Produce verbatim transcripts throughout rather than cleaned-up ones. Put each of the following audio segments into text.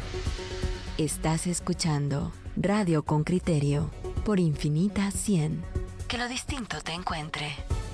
Estás escuchando Radio con Criterio por Infinita cien. Que lo distinto te encuentre.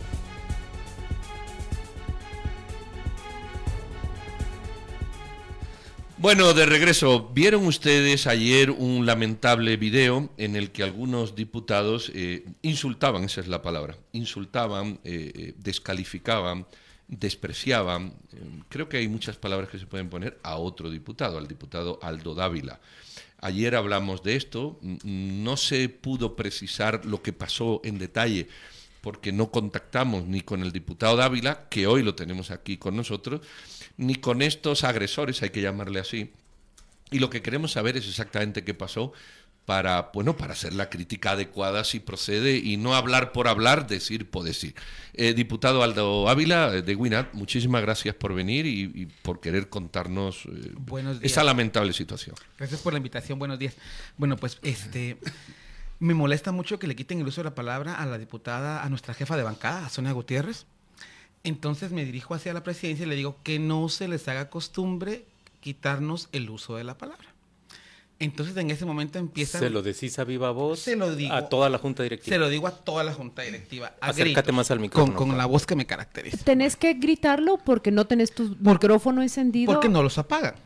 Bueno, de regreso, ¿vieron ustedes ayer un lamentable video en el que algunos diputados eh, insultaban, esa es la palabra, insultaban, eh, descalificaban, despreciaban, eh, creo que hay muchas palabras que se pueden poner a otro diputado, al diputado Aldo Dávila? Ayer hablamos de esto, no se pudo precisar lo que pasó en detalle, porque no contactamos ni con el diputado Dávila, que hoy lo tenemos aquí con nosotros, ni con estos agresores, hay que llamarle así. Y lo que queremos saber es exactamente qué pasó para, bueno, para hacer la crítica adecuada si procede y no hablar por hablar, decir por decir. Eh, diputado Aldo Dávila de WINAT, muchísimas gracias por venir y, y por querer contarnos eh, esa lamentable situación. Gracias por la invitación, buenos días. Bueno, pues este... me molesta mucho que le quiten el uso de la palabra a la diputada, a nuestra jefa de bancada, a Sonia Gutiérrez. Entonces me dirijo hacia la presidencia y le digo que no se les haga costumbre quitarnos el uso de la palabra. Entonces en ese momento empieza... ¿Se lo decís a viva voz? Se lo digo. ¿A toda la junta directiva? Se lo digo a toda la junta directiva. Acércate gritos, más al micrófono. Con, con la voz que me caracteriza. ¿Tenés que gritarlo porque no tenés tu Por, micrófono encendido? Porque no los apagan.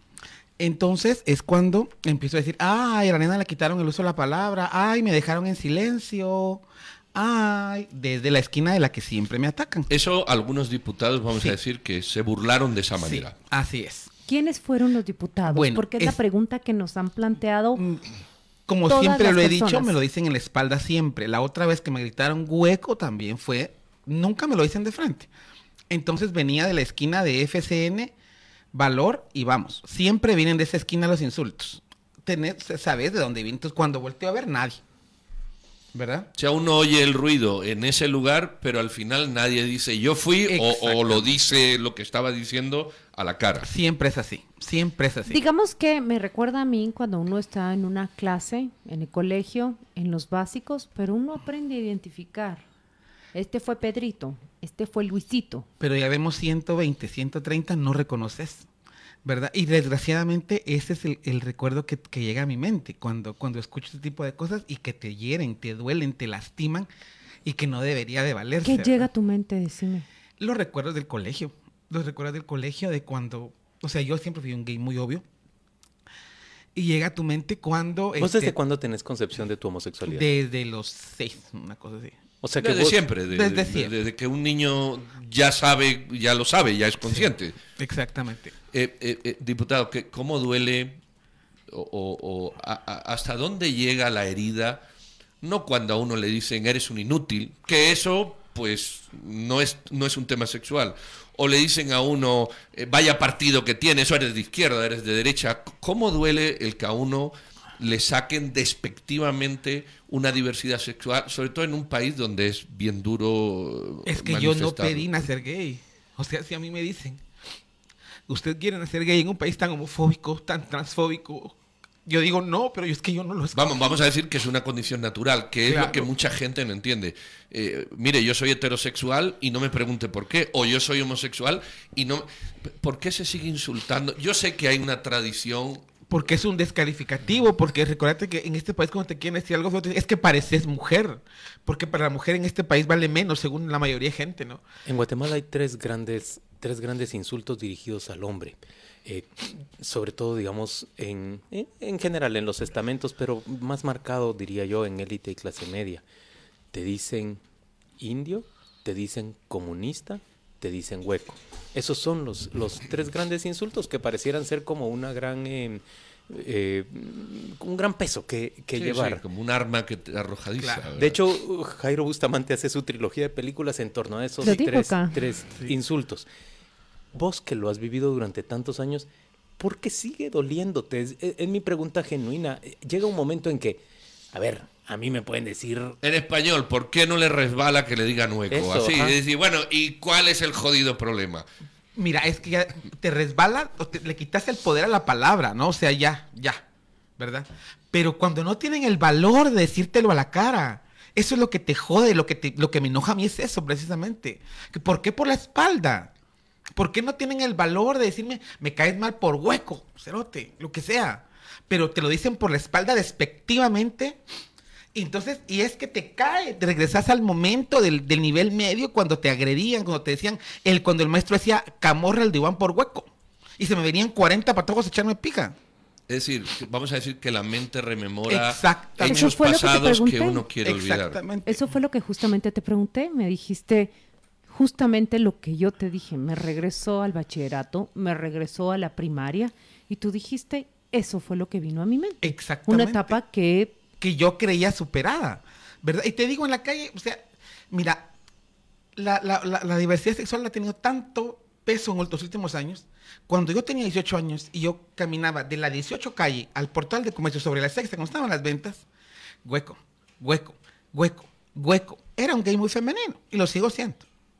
Entonces es cuando empiezo a decir, ay, a la nena le quitaron el uso de la palabra, ay, me dejaron en silencio, ay, desde la esquina de la que siempre me atacan. Eso algunos diputados, vamos sí. a decir, que se burlaron de esa manera. Sí, así es. ¿Quiénes fueron los diputados? Bueno, porque es, es la pregunta que nos han planteado. Como siempre lo he personas. dicho, me lo dicen en la espalda siempre. La otra vez que me gritaron hueco también fue, nunca me lo dicen de frente. Entonces venía de la esquina de F C N, Valor y vamos. Siempre vienen de esa esquina los insultos. Tenés, ¿sabes de dónde vienen? Entonces cuando volteo a ver, nadie. ¿Verdad? O sea, uno oye el ruido en ese lugar, pero al final nadie dice yo fui o, o lo dice lo que estaba diciendo a la cara. Siempre es así, siempre es así. Digamos que me recuerda a mí cuando uno está en una clase, en el colegio, en los básicos, pero uno aprende a identificar. Este fue Pedrito, este fue Luisito. Pero ya vemos ciento veinte, ciento treinta, no reconoces, ¿verdad? Y desgraciadamente ese es el, el recuerdo que, que llega a mi mente cuando, cuando escucho este tipo de cosas y que te hieren, te duelen, te lastiman y que no debería de valerse. ¿Qué ¿verdad? llega a tu mente? Decime. Los recuerdos del colegio, los recuerdos del colegio de cuando, o sea, yo siempre fui un gay muy obvio. Y llega a tu mente cuando... ¿Vos este, desde cuándo tenés concepción de tu homosexualidad? Desde los seis, una cosa así. O sea que desde vos, siempre, de, desde, siempre. Desde que un niño ya sabe, ya lo sabe, ya es consciente. Sí, exactamente. Eh, eh, eh, diputado, ¿qué, ¿cómo duele o, o, o a, a, hasta dónde llega la herida? No cuando a uno le dicen eres un inútil, que eso pues no es, no es un tema sexual. O le dicen a uno eh, vaya partido que tienes, o eres de izquierda, eres de derecha. ¿Cómo duele el que a uno le saquen despectivamente una diversidad sexual, sobre todo en un país donde es bien duro? Es que yo no pedí nacer gay. O sea, si a mí me dicen, usted quiere nacer gay en un país tan homofóbico, tan transfóbico, yo digo no, pero es que yo no lo escojo. Vamos, vamos a decir que es una condición natural, que es claro. Lo que mucha gente no entiende. Eh, mire, yo soy heterosexual y no me pregunte por qué, o yo soy homosexual y no... ¿Por qué se sigue insultando? Yo sé que hay una tradición... Porque es un descalificativo, porque recordate que en este país cuando te quieren decir algo es que pareces mujer, porque para la mujer en este país vale menos según la mayoría de gente, ¿no? En Guatemala hay tres grandes, tres grandes insultos dirigidos al hombre, eh, sobre todo digamos en, en, en general en los estamentos, pero más marcado diría yo en élite y clase media. Te dicen indio, te dicen comunista, te dicen hueco. Esos son los, los tres grandes insultos que parecieran ser como una gran eh, eh, un gran peso que, que sí, llevar. Sí, como un arma que te arrojadiza. Claro. De hecho, Jairo Bustamante hace su trilogía de películas en torno a esos tres, tres sí. insultos. Vos que lo has vivido durante tantos años, ¿por qué sigue doliéndote? Es, es mi pregunta genuina. Llega un momento en que, a ver, a mí me pueden decir... En español, ¿por qué no le resbala que le digan hueco? Eso, así, ajá. Es decir, bueno, ¿y cuál es el jodido problema? Mira, es que ya te resbala, o te, le quitaste el poder a la palabra, ¿no? O sea, ya, ya, ¿verdad? Pero cuando no tienen el valor de decírtelo a la cara, eso es lo que te jode, lo que, te, lo que me enoja a mí es eso, precisamente. ¿Por qué por la espalda? ¿Por qué no tienen el valor de decirme, me caes mal por hueco, cerote, lo que sea? Pero te lo dicen por la espalda despectivamente. Y entonces, y es que te cae, te regresas al momento del, del nivel medio cuando te agredían, cuando te decían, el, cuando el maestro decía, camorra el diván por hueco. Y se me venían cuarenta patojos a echarme pija. Es decir, vamos a decir que la mente rememora hechos hechos pasados que, que uno quiere Exactamente. olvidar. Eso fue lo que justamente te pregunté. Me dijiste justamente lo que yo te dije. Me regresó al bachillerato, me regresó a la primaria. Y tú dijiste, eso fue lo que vino a mi mente. Exactamente. Una etapa que... que yo creía superada, ¿verdad? Y te digo, en la calle, o sea, mira, la, la, la, la diversidad sexual ha tenido tanto peso en los últimos años. Cuando yo tenía dieciocho años y yo caminaba de la dieciocho calle al portal de comercio sobre la sexta, cuando estaban las ventas, hueco, hueco, hueco, hueco. Era un gay muy femenino y lo sigo siendo.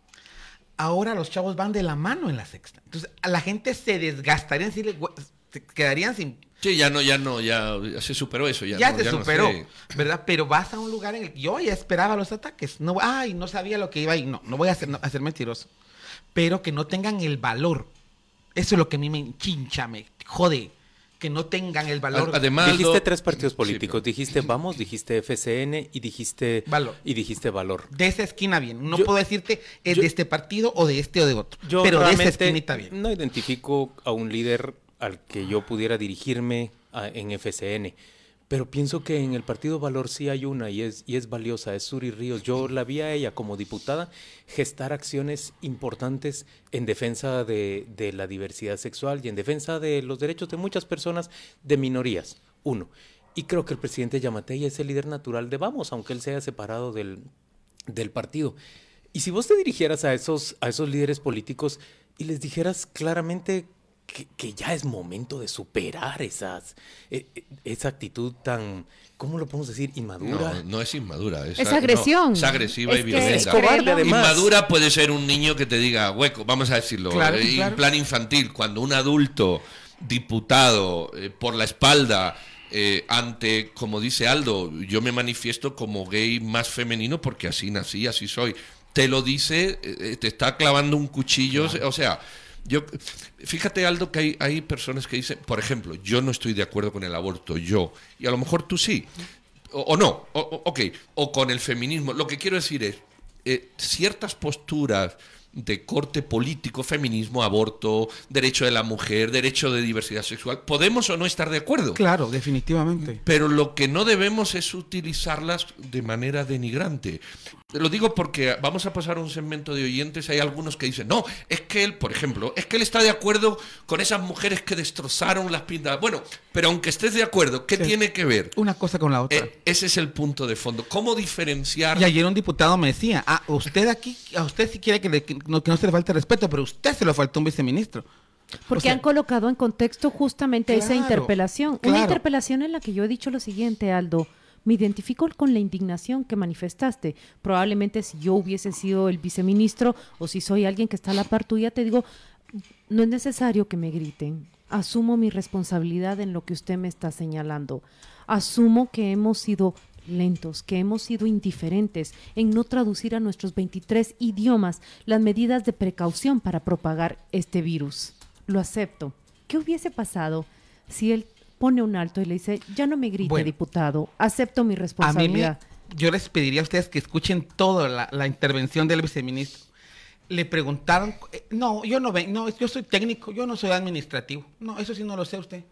Ahora los chavos van de la mano en la sexta. Entonces, a la gente se desgastaría en decirle, se quedarían sin... Sí, ya no, ya no, ya, ya se superó eso. Ya, ya no, se ya superó, no sé. ¿verdad? Pero vas a un lugar en el que yo ya esperaba los ataques. No, ay, no sabía lo que iba y no, no voy a ser, no, a ser mentiroso. Pero que no tengan el valor. Eso es lo que a mí me enchincha, me jode. Que no tengan el valor. Además, dijiste lo... tres partidos políticos. Sí, pero... Dijiste Vamos, dijiste F C N y dijiste Valor. Y dijiste Valor. De esa esquina bien. No yo, puedo decirte es yo, de este partido o de este o de otro. Yo pero de esa esquinita bien. No identifico a un líder al que yo pudiera dirigirme a, en F C N. Pero pienso que en el Partido Valor sí hay una y es, y es valiosa, es Suri Ríos. Yo la vi a ella como diputada gestar acciones importantes en defensa de, de la diversidad sexual y en defensa de los derechos de muchas personas de minorías, uno. Y creo que el presidente Yamatei es el líder natural de Vamos, aunque él se haya separado del, del partido. Y si vos te dirigieras a esos, a esos líderes políticos y les dijeras claramente... Que, que ya es momento de superar esas, eh, esa actitud tan, ¿cómo lo podemos decir? Inmadura. No, no es inmadura. Es, es agresión. No, es agresiva es y violenta. Es cobarde, además. Inmadura puede ser un niño que te diga hueco, vamos a decirlo, claro, eh, claro. en plan infantil. Cuando un adulto, diputado, eh, por la espalda, eh, ante, como dice Aldo, yo me manifiesto como gay más femenino porque así nací, así soy. Te lo dice, eh, te está clavando un cuchillo, claro. O sea... Yo, fíjate, Aldo, que hay, hay personas que dicen, por ejemplo, yo no estoy de acuerdo con el aborto, yo, y a lo mejor tú sí, o, o no, o, o, ok, o con el feminismo. Lo que quiero decir es, eh, ciertas posturas de corte político, feminismo, aborto, derecho de la mujer, derecho de diversidad sexual, podemos o no estar de acuerdo. Claro, definitivamente. Pero lo que no debemos es utilizarlas de manera denigrante. Lo digo porque vamos a pasar a un segmento de oyentes. Hay algunos que dicen, no, es que él, por ejemplo, es que él está de acuerdo con esas mujeres que destrozaron las pintadas. Bueno, pero aunque estés de acuerdo, ¿qué sí. tiene que ver? Una cosa con la otra. Eh, ese es el punto de fondo. ¿Cómo diferenciar? Y ayer un diputado me decía, ah, usted aquí, a usted sí quiere que, le, que, no, que no se le falte respeto, pero usted se lo faltó un viceministro. Porque o sea, han colocado en contexto justamente claro, esa interpelación. Claro. Una interpelación en la que yo he dicho lo siguiente, Aldo. Me identifico con la indignación que manifestaste. Probablemente si yo hubiese sido el viceministro o si soy alguien que está a la par tuya, te digo, no es necesario que me griten. Asumo mi responsabilidad en lo que usted me está señalando. Asumo que hemos sido lentos, que hemos sido indiferentes en no traducir a nuestros veintitrés idiomas las medidas de precaución para propagar este virus. Lo acepto. ¿Qué hubiese pasado si él pone un alto y le dice, ya no me grite, bueno, diputado, acepto mi responsabilidad? A mí me, yo les pediría a ustedes que escuchen toda la, la intervención del viceministro. Le preguntaron, eh, no, yo no ven, no, yo soy técnico, yo no soy administrativo. No, eso sí no lo sé usted.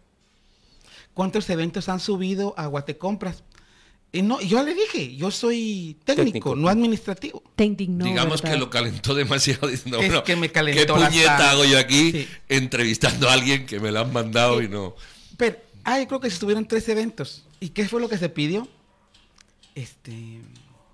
¿Cuántos eventos han subido a Guatecompras? Y no, yo le dije, yo soy técnico, técnico. no administrativo. Te indignó, Digamos ¿verdad? Que lo calentó demasiado diciendo, es bueno, que me calentó ¿qué puñeta la hago yo aquí sí. entrevistando a alguien que me lo han mandado sí. y no? Pero, ah, yo creo que se estuvieron tres eventos. ¿Y qué fue lo que se pidió? Este,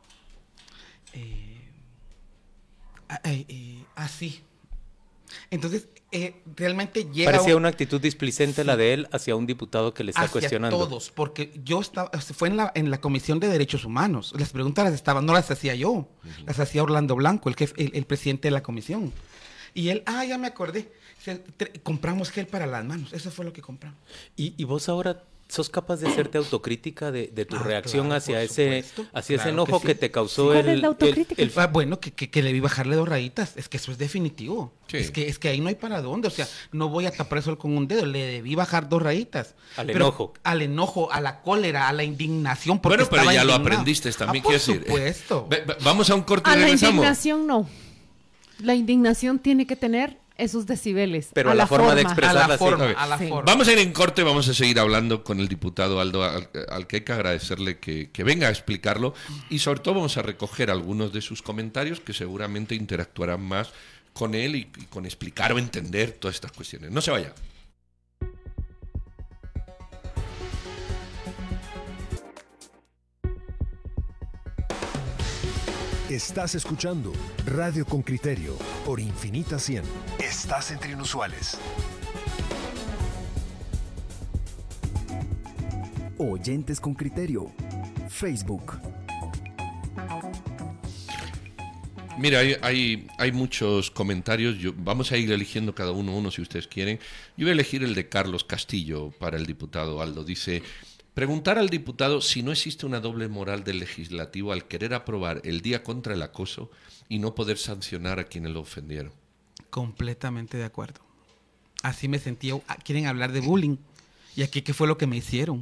eh, eh, eh, así. Entonces, eh, realmente llega... Parecía un, una actitud displicente sí, la de él hacia un diputado que le está hacia cuestionando. Todos, porque yo estaba, fue en la, en la Comisión de Derechos Humanos. Las preguntas las estaban, no las hacía yo, uh-huh. las hacía Orlando Blanco, el, jefe, el, el presidente de la comisión. Y él, ah, ya me acordé, se, tre, compramos gel para las manos, eso fue lo que compramos. ¿Y, y vos ahora ¿sos capaz de hacerte autocrítica de, de tu ah, reacción claro, hacia ese hacia claro ese enojo que, que sí. te causó ¿Cuál el, es la autocrítica? el, el... Ah, bueno, que, que, que le vi bajarle dos rayitas. Es que eso es definitivo. Sí. Es que es que ahí no hay para dónde. O sea, no voy a tapar el sol con un dedo. Le debí bajar dos rayitas. Al pero, enojo. Al enojo, a la cólera, a la indignación. Porque bueno, pero ya indignado. lo aprendiste también, ah, quiero por decir. supuesto. Eh, vamos a un corte y a regresamos. La indignación no. La indignación tiene que tener esos decibeles. Pero a, a la, la forma, forma de expresarla. A la forma, okay. a la sí. forma. Vamos a ir en corte, vamos a seguir hablando con el diputado Aldo, al, al que hay que agradecerle que, que venga a explicarlo y sobre todo vamos a recoger algunos de sus comentarios que seguramente interactuarán más con él y, y con explicar o entender todas estas cuestiones. No se vaya. Estás escuchando Radio con Criterio por Infinita cien. Estás entre inusuales. Oyentes con Criterio. Facebook. Mira, hay, hay, hay muchos comentarios. Yo, vamos a ir eligiendo cada uno uno si ustedes quieren. Yo voy a elegir el de Carlos Castillo para el diputado Aldo. Dice... Preguntar al diputado si no existe una doble moral del legislativo al querer aprobar el Día contra el Acoso y no poder sancionar a quienes lo ofendieron. Completamente de acuerdo. Así me sentí. Quieren hablar de bullying. ¿Y aquí qué fue lo que me hicieron?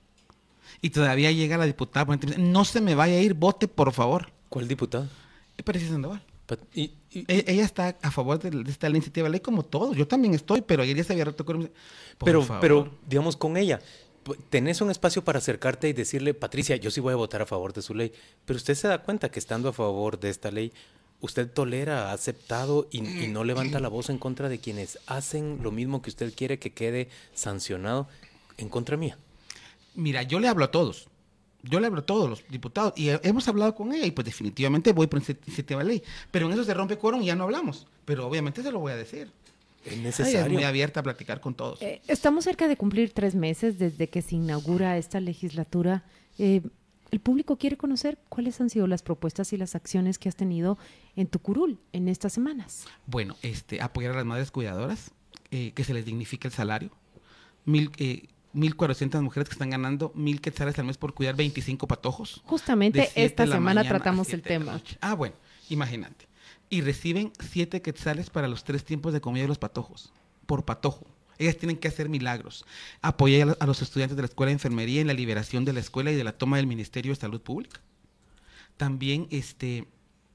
Y todavía llega la diputada. No se me vaya a ir, vote por favor. ¿Cuál diputado? Patricia Sandoval. Y, y, ella, ella está a favor de, de esta iniciativa de ley como todos. Yo también estoy, pero ayer ya se había roto con... Pero, pero, digamos, con ella... Tenés un espacio para acercarte y decirle, Patricia, yo sí voy a votar a favor de su ley, pero usted se da cuenta que estando a favor de esta ley, usted tolera, ha aceptado y, y no levanta la voz en contra de quienes hacen lo mismo que usted quiere que quede sancionado en contra mía. Mira, yo le hablo a todos, yo le hablo a todos los diputados y hemos hablado con ella y pues definitivamente voy por ese iniciativa de ley, pero en eso se rompe quórum y ya no hablamos, pero obviamente se lo voy a decir. Es necesario. Ella es muy abierta a platicar con todos. Eh, estamos cerca de cumplir tres meses desde que se inaugura esta legislatura. Eh, el público quiere conocer cuáles han sido las propuestas y las acciones que has tenido en tu curul en estas semanas. Bueno, este, apoyar a las madres cuidadoras, eh, que se les dignifique el salario. Mil, eh, mil cuatrocientas mujeres que están ganando mil quetzales al mes por cuidar veinticinco patojos. Justamente esta semana tratamos el tema. Ah, bueno, imagínate. Y reciben siete quetzales para los tres tiempos de comida de los patojos, por patojo. Ellas tienen que hacer milagros. Apoyar a, a los estudiantes de la Escuela de Enfermería en la liberación de la escuela y de la toma del Ministerio de Salud Pública. También este,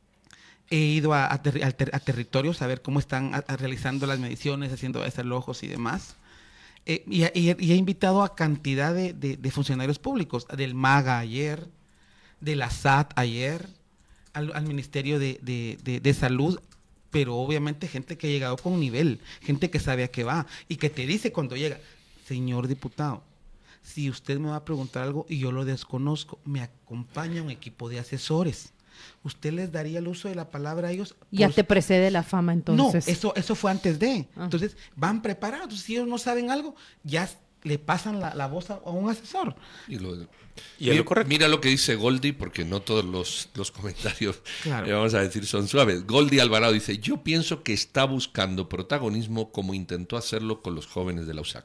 he ido a, a, ter, a, ter, a territorios a ver cómo están a, a realizando las mediciones, haciendo desalojos y demás. Eh, y, y, y he invitado a cantidad de, de, de funcionarios públicos, del MAGA ayer, de la S A T ayer, Al, al Ministerio de, de, de, de Salud, pero obviamente gente que ha llegado con nivel, gente que sabe a qué va y que te dice cuando llega, señor diputado, si usted me va a preguntar algo y yo lo desconozco, me acompaña un equipo de asesores. ¿Usted les daría el uso de la palabra a ellos? Ya pues, te precede la fama entonces. No, eso, eso fue antes de. Ah. Entonces van preparados. Si ellos no saben algo, ya le pasan la, la voz a, a un asesor. Y lo, y mira, lo correcto. Mira lo que dice Goldie, porque no todos los, los comentarios, Claro. eh, vamos a decir, son suaves. Goldie Alvarado dice, yo pienso que está buscando protagonismo como intentó hacerlo con los jóvenes de la U S A C.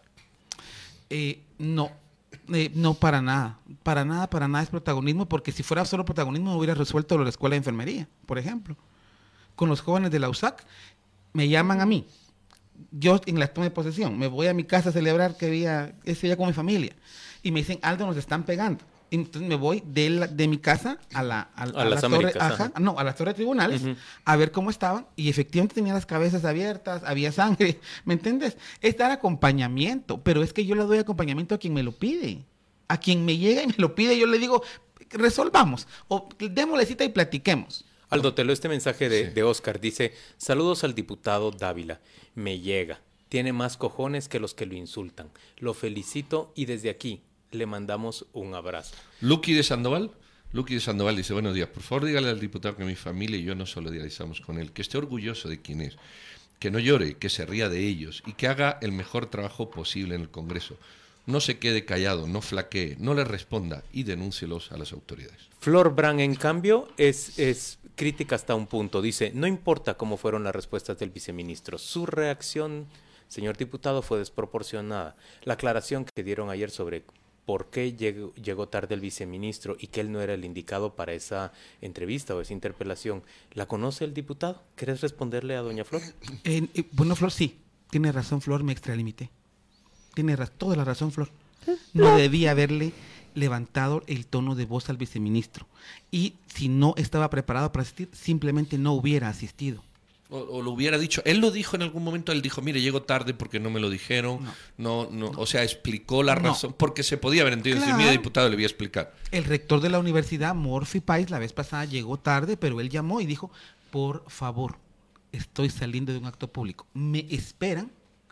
Eh, no, eh, no para nada. Para nada, para nada es protagonismo, porque si fuera solo protagonismo no hubiera resuelto lo de la escuela de enfermería, por ejemplo. Con los jóvenes de la U S A C, me llaman a mí. Yo en la toma de posesión, me voy a mi casa a celebrar que había ese día con mi familia. Y me dicen, Aldo, nos están pegando. Y entonces me voy de, la, de mi casa a la, a, a a la las torre, Américas, ajá, ajá. no, a la torre de tribunales, Uh-huh. a ver cómo estaban. Y efectivamente tenía las cabezas abiertas, había sangre, ¿me entiendes? Es dar acompañamiento, pero es que yo le doy acompañamiento a quien me lo pide. A quien me llega y me lo pide, yo le digo, resolvamos, o démosle cita y platiquemos. Aldo, te leo este mensaje de, Sí. de Oscar. Dice, saludos al diputado Dávila. Me llega. Tiene más cojones que los que lo insultan. Lo felicito y desde aquí le mandamos un abrazo. Lucky de Sandoval. Lucky de Sandoval dice, buenos días, por favor dígale al diputado que mi familia y yo nos solidarizamos con él, que esté orgulloso de quién es, que no llore, que se ría de ellos y que haga el mejor trabajo posible en el Congreso. No se quede callado, no flaquee, no le responda y denúncielos a las autoridades. Flor Brand, en cambio, es, es crítica hasta un punto. Dice, no importa cómo fueron las respuestas del viceministro, su reacción, señor diputado, fue desproporcionada. La aclaración que dieron ayer sobre por qué llegó, llegó tarde el viceministro y que él no era el indicado para esa entrevista o esa interpelación. ¿La conoce el diputado? ¿Quieres responderle a doña Flor? Eh, eh, bueno, Flor, sí. Tiene razón, Flor, me extralimité. Tiene ra- toda la razón, Flor. No debía haberle levantado el tono de voz al viceministro. Y si no estaba preparado para asistir, simplemente no hubiera asistido. O, o lo hubiera dicho. Él lo dijo en algún momento, él dijo, mire, llego tarde porque no me lo dijeron. No, no, no, no. O sea, explicó la razón, no. Porque se podía haber entendido. Claro. Decir, mire, diputado, le voy a explicar. El rector de la universidad, Murphy Pais, la vez pasada llegó tarde, pero él llamó y dijo, por favor, estoy saliendo de un acto público. ¿Me esperan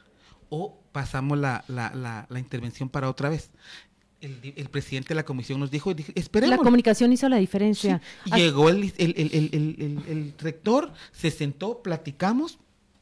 o pasamos la, la, la, la intervención para otra vez? El, el presidente de la comisión nos dijo, esperemos. La comunicación hizo la diferencia. Sí. Llegó el, el, el, el, el, el rector, se sentó, platicamos.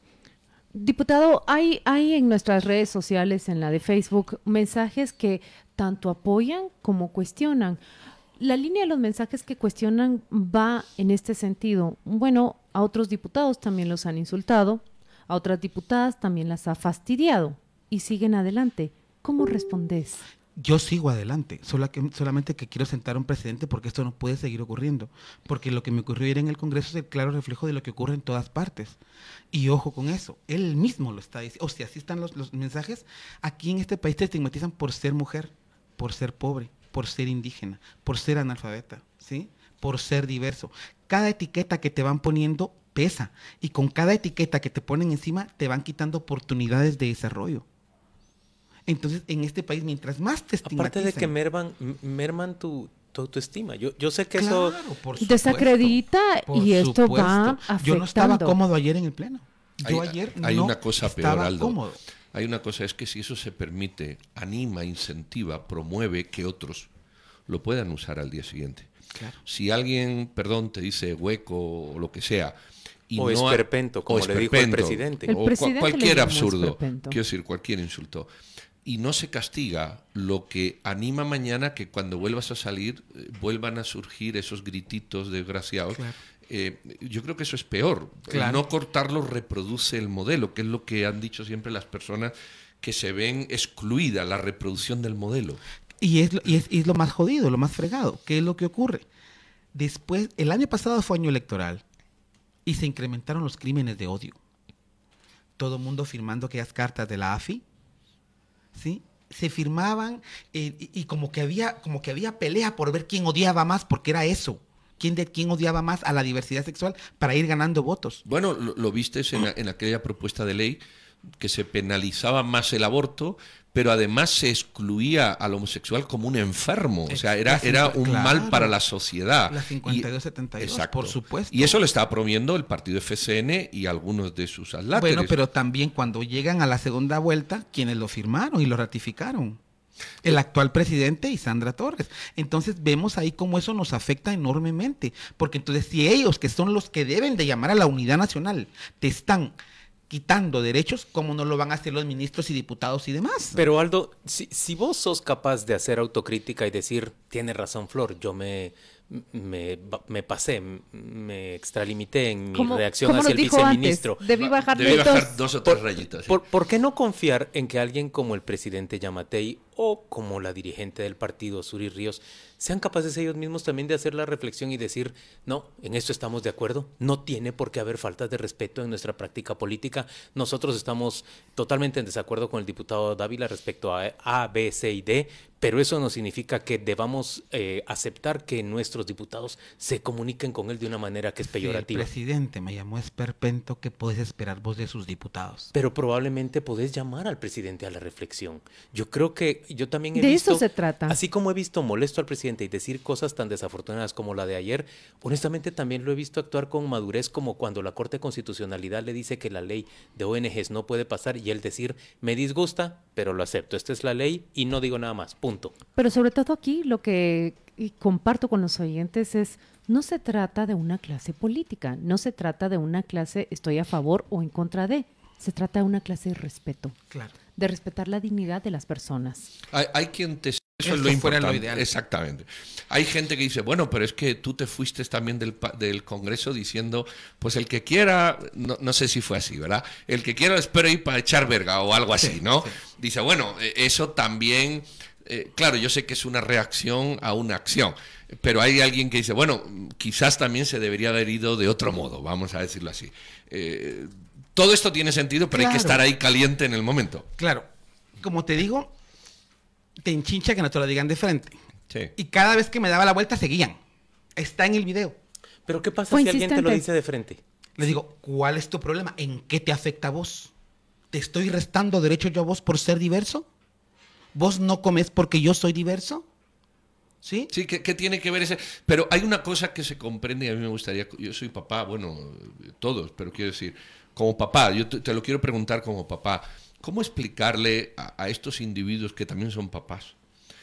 Diputado, hay, hay en nuestras redes sociales, en la de Facebook, mensajes que tanto apoyan como cuestionan. La línea de los mensajes que cuestionan va en este sentido. Bueno, a otros diputados también los han insultado, a otras diputadas también las ha fastidiado y siguen adelante. ¿Cómo respondes? Yo sigo adelante, sola que, solamente que quiero sentar un precedente porque esto no puede seguir ocurriendo, porque lo que me ocurrió ayer en el Congreso es el claro reflejo de lo que ocurre en todas partes. Y ojo con eso, él mismo lo está diciendo. O sea, así están los, los mensajes. Aquí en este país te estigmatizan por ser mujer, por ser pobre, por ser indígena, por ser analfabeta, ¿sí? Por ser diverso. Cada etiqueta que te van poniendo pesa, y con cada etiqueta que te ponen encima te van quitando oportunidades de desarrollo. Entonces, en este país, mientras más te estigmatizan... Aparte de que merman, merman tu, tu autoestima. Yo, yo sé que claro, eso... Por supuesto, desacredita por y esto supuesto. va afectando. Yo no estaba cómodo ayer en el Pleno. Yo hay, ayer hay no una cosa estaba peor, Aldo. cómodo. Hay una cosa, es que si eso se permite, anima, incentiva, promueve que otros lo puedan usar al día siguiente. Claro. Si alguien, perdón, te dice hueco o lo que sea... Y o no esperpento, como le dijo el presidente. El o presidente cu cualquier absurdo, esperpento. Quiero decir, cualquier insulto. Y no se castiga, lo que anima mañana que cuando vuelvas a salir eh, vuelvan a surgir esos grititos desgraciados. Claro. Eh, yo creo que eso es peor. Claro. El no cortarlo reproduce el modelo, que es lo que han dicho siempre las personas que se ven excluidas, la reproducción del modelo. Y es, y, es, y es lo más jodido, lo más fregado. ¿Qué es lo que ocurre? Después, el año pasado fue año electoral y se incrementaron los crímenes de odio. Todo el mundo firmando aquellas cartas de la A F I, ¿sí? Se firmaban eh, y, y como que había como que había pelea por ver quién odiaba más, porque era eso. ¿Quién, de, quién odiaba más a la diversidad sexual para ir ganando votos? Bueno, lo, lo viste en, en aquella propuesta de ley que se penalizaba más el aborto, pero además se excluía al homosexual como un enfermo. O sea, era, era un claro. mal para la sociedad. La cincuenta y dos setenta y dos, exacto. Por supuesto. Y eso lo estaba promoviendo el partido F C N y algunos de sus adláteres. Bueno, pero también cuando llegan a la segunda vuelta, quienes lo firmaron y lo ratificaron. El actual presidente y Sandra Torres. Entonces vemos ahí cómo eso nos afecta enormemente. Porque entonces si ellos, que son los que deben de llamar a la unidad nacional, te están quitando derechos, ¿cómo no lo van a hacer los ministros y diputados y demás? Pero Aldo, si, si vos sos capaz de hacer autocrítica y decir, tiene razón Flor, yo me, me, me pasé, me extralimité en mi como, reacción hacia el viceministro. Antes, debí bajar, debí bajar dos, dos o tres por, rayitas. ¿Sí? Por, ¿Por qué no confiar en que alguien como el presidente Yamatei o como la dirigente del partido, Suri Ríos, sean capaces ellos mismos también de hacer la reflexión y decir, no, en esto estamos de acuerdo, no tiene por qué haber faltas de respeto en nuestra práctica política, nosotros estamos totalmente en desacuerdo con el diputado Dávila respecto a A, B, C y D, pero eso no significa que debamos eh, aceptar que nuestros diputados se comuniquen con él de una manera que es peyorativa. Sí, el presidente me llamó esperpento, ¿qué podés esperar vos de sus diputados? Pero probablemente podés llamar al presidente a la reflexión. Yo creo que yo también he de visto... De eso se trata. Así como he visto molesto al presidente y decir cosas tan desafortunadas como la de ayer, honestamente también lo he visto actuar con madurez, como cuando la Corte de Constitucionalidad le dice que la ley de O N Ges no puede pasar y él decir, me disgusta, pero lo acepto, esta es la ley y no digo nada más, punto. Pero sobre todo aquí lo que comparto con los oyentes es, no se trata de una clase política, no se trata de una clase estoy a favor o en contra de, se trata de una clase de respeto, claro. de respetar la dignidad de las personas. Hay, hay quien te... Eso es lo importante. Lo ideal. Exactamente. Hay gente que dice, bueno, pero es que tú te fuiste también del, del Congreso diciendo, pues el que quiera, no, no sé si fue así, ¿verdad? El que quiera espero ir para echar verga o algo así, sí, ¿no? Sí. Dice, bueno, eso también eh, claro, yo sé que es una reacción a una acción, pero hay alguien que dice, bueno, quizás también se debería haber ido de otro modo, vamos a decirlo así. Eh, todo esto tiene sentido, pero claro, hay que estar ahí caliente en el momento. Claro, como te digo, te enchincha que no te lo digan de frente. Sí. Y cada vez que me daba la vuelta seguían. Está en el video. Pero ¿qué pasa si alguien te lo dice de frente? Les digo, ¿cuál es tu problema? ¿En qué te afecta a vos? ¿Te estoy restando derecho yo a vos por ser diverso? ¿Vos no comes porque yo soy diverso? ¿Sí? Sí, ¿qué, qué tiene que ver ese? Pero hay una cosa que se comprende y a mí me gustaría, yo soy papá, bueno, todos, pero quiero decir, como papá, yo te, te lo quiero preguntar como papá, ¿cómo explicarle a, a estos individuos que también son papás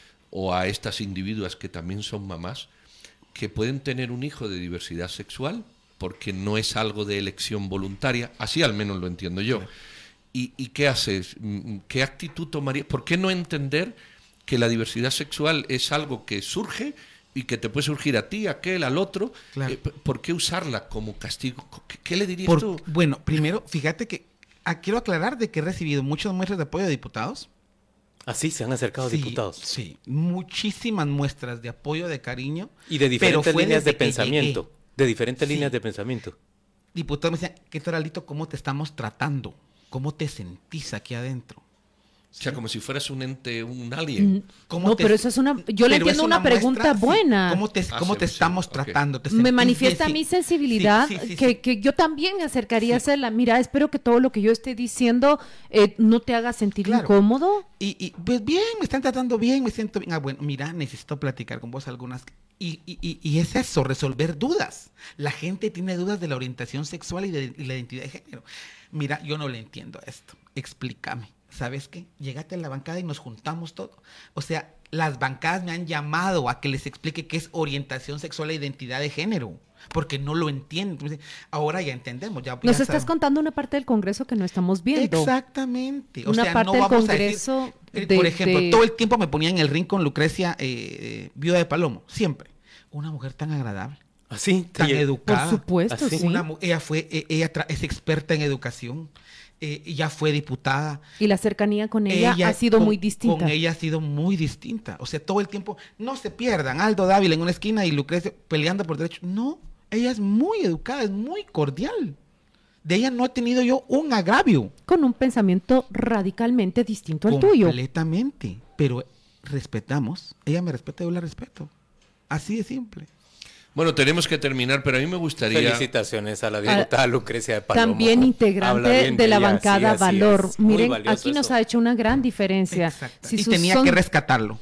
o a estas individuas que también son mamás que pueden tener un hijo de diversidad sexual porque no es algo de elección voluntaria? Así al menos lo entiendo yo. ¿Y, y qué haces? ¿Qué actitud tomarías? ¿Por qué no entender que la diversidad sexual es algo que surge y que te puede surgir a ti, a aquel, al otro? Claro. Eh, ¿Por qué usarla como castigo? ¿Qué, qué le dirías Por, tú? Bueno, primero, fíjate que ah, quiero aclarar de que he recibido muchas muestras de apoyo de diputados. ¿Ah, sí? ¿Se han acercado sí, diputados? Sí, muchísimas muestras de apoyo, de cariño. Y de diferentes líneas de pensamiento. Llegué. De diferentes sí. líneas de pensamiento. Diputados me decían, ¿qué tal, Aldito? ¿Cómo te estamos tratando? ¿Cómo te sentís aquí adentro? O sea, como si fueras un ente, un alien. ¿Cómo no, te, pero eso es una... Yo le entiendo una, una pregunta muestra, buena. Sí. ¿Cómo te, cómo ah, te sí, estamos sí. tratando? ¿Te me manifiesta bien? mi sensibilidad, sí, sí, sí, que, sí. que yo también me acercaría sí. a hacerla. Mira, espero que todo lo que yo esté diciendo eh, no te haga sentir claro. incómodo. Y, y pues bien, me están tratando bien, me siento bien. Ah, bueno, mira, necesito platicar con vos algunas... Y, y, y es eso, resolver dudas. La gente tiene dudas de la orientación sexual y de y la identidad de género. Mira, yo no le entiendo esto. Explícame. ¿Sabes qué? Llégate a la bancada y nos juntamos todo. O sea, las bancadas me han llamado a que les explique qué es orientación sexual e identidad de género, porque no lo entienden. Ahora ya entendemos. Ya, Nos ya estás sabemos. Contando una parte del Congreso que no estamos viendo. Exactamente. O una sea, parte no vamos del Congreso a decir, de, por ejemplo, de... todo el tiempo me ponía en el ring con Lucrecia, eh, viuda de Palomo, siempre. Una mujer tan agradable. Así, tan educada. Por supuesto, así. sí. Una, ella fue, ella es experta en educación. Eh, ya fue diputada. Y la cercanía con ella, ella ha sido con, muy distinta. Con ella ha sido muy distinta. O sea, todo el tiempo, no se pierdan, Aldo Dávila en una esquina y Lucrecia peleando por derechos. No, ella es muy educada, es muy cordial. De ella no he tenido yo un agravio. Con un pensamiento radicalmente distinto al tuyo. Completamente. Pero respetamos. Ella me respeta, yo la respeto. Así de simple. Bueno, tenemos que terminar, pero a mí me gustaría... Felicitaciones a la diputada Lucrecia de Palomo. También integrante de, de la ella, bancada sí, Valor. Miren, aquí nos eso. ha hecho una gran diferencia. Si y tenía son... que rescatarlo.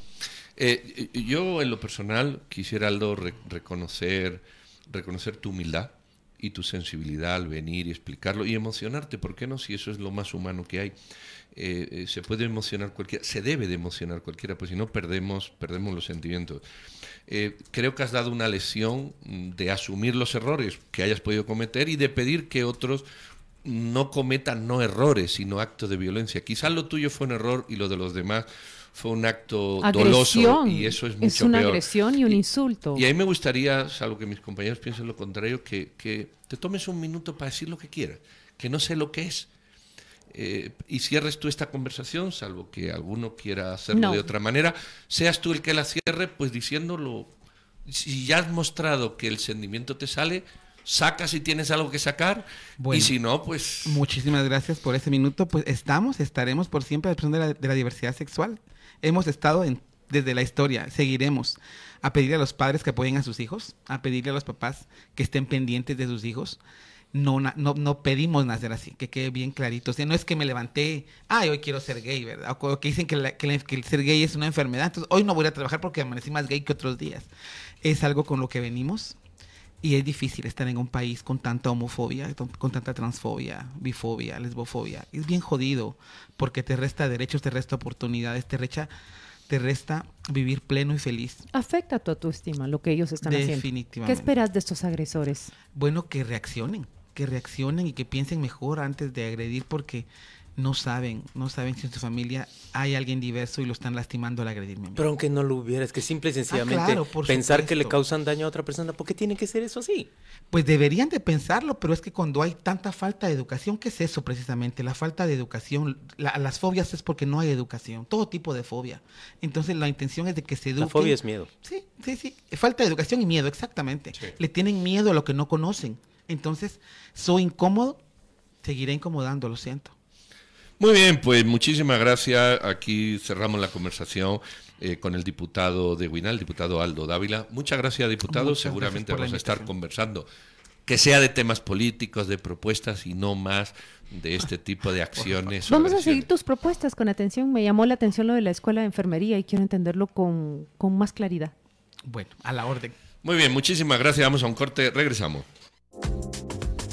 Eh, yo, en lo personal, quisiera, Aldo, re reconocer, reconocer tu humildad y tu sensibilidad al venir y explicarlo y emocionarte. ¿Por qué no? Si eso es lo más humano que hay. Eh, eh, se puede emocionar cualquiera, se debe de emocionar cualquiera, pues si no perdemos, perdemos los sentimientos. Eh, creo que has dado una lección de asumir los errores que hayas podido cometer y de pedir que otros no cometan no errores, sino actos de violencia. Quizás lo tuyo fue un error y lo de los demás fue un acto agresión. doloso y eso es mucho peor. Es una peor. agresión y un insulto. Y, y a mí me gustaría, salvo que mis compañeros piensen lo contrario, que, que te tomes un minuto para decir lo que quieras, que no sé lo que es. Eh, y cierres tú esta conversación, salvo que alguno quiera hacerlo no. de otra manera, seas tú el que la cierre, pues diciéndolo. Si ya has mostrado que el sentimiento te sale, saca si tienes algo que sacar, bueno, y si no, pues... Muchísimas gracias por ese minuto. Pues estamos, estaremos por siempre a la expresión de la, de la diversidad sexual. Hemos estado en, desde la historia, seguiremos a pedirle a los padres que apoyen a sus hijos, a pedirle a los papás que estén pendientes de sus hijos. No, no, no pedimos nacer así, que quede bien clarito. O sea, no es que me levanté, ay, hoy quiero ser gay, ¿verdad? O que dicen que, la, que, la, que el ser gay es una enfermedad, entonces hoy no voy a trabajar porque amanecí más gay que otros días. Es algo con lo que venimos y es difícil estar en un país con tanta homofobia, con tanta transfobia, bifobia, lesbofobia. Es bien jodido porque te resta derechos, te resta oportunidades, te resta... te resta vivir pleno y feliz. Afecta tu autoestima lo que ellos están haciendo. Definitivamente. ¿Qué esperas de estos agresores? Bueno, que reaccionen, que reaccionen y que piensen mejor antes de agredir, porque no saben, no saben si en su familia hay alguien diverso y lo están lastimando al agredirme. Pero aunque no lo hubiera, es que simple y sencillamente ah, claro, pensar supuesto. que le causan daño a otra persona, ¿por qué tiene que ser eso así? Pues deberían de pensarlo, pero es que cuando hay tanta falta de educación, ¿qué es eso precisamente? La falta de educación, la, las fobias es porque no hay educación, todo tipo de fobia. Entonces la intención es de que se eduquen. La fobia es miedo. Sí, sí, sí, falta de educación y miedo, exactamente. Sí. Le tienen miedo a lo que no conocen. Entonces, soy incómodo, seguiré incomodando, lo siento. Muy bien, pues muchísimas gracias. Aquí cerramos la conversación eh, con el diputado de Huinal, el diputado Aldo Dávila. Muchas gracias, diputado. Muchas Seguramente gracias vamos a estar conversando, que sea de temas políticos, de propuestas y no más de este tipo de acciones. Vamos a seguir tus propuestas con atención. Me llamó la atención lo de la escuela de enfermería y quiero entenderlo con, con más claridad. Bueno, a la orden. Muy bien, muchísimas gracias. Vamos a un corte, regresamos.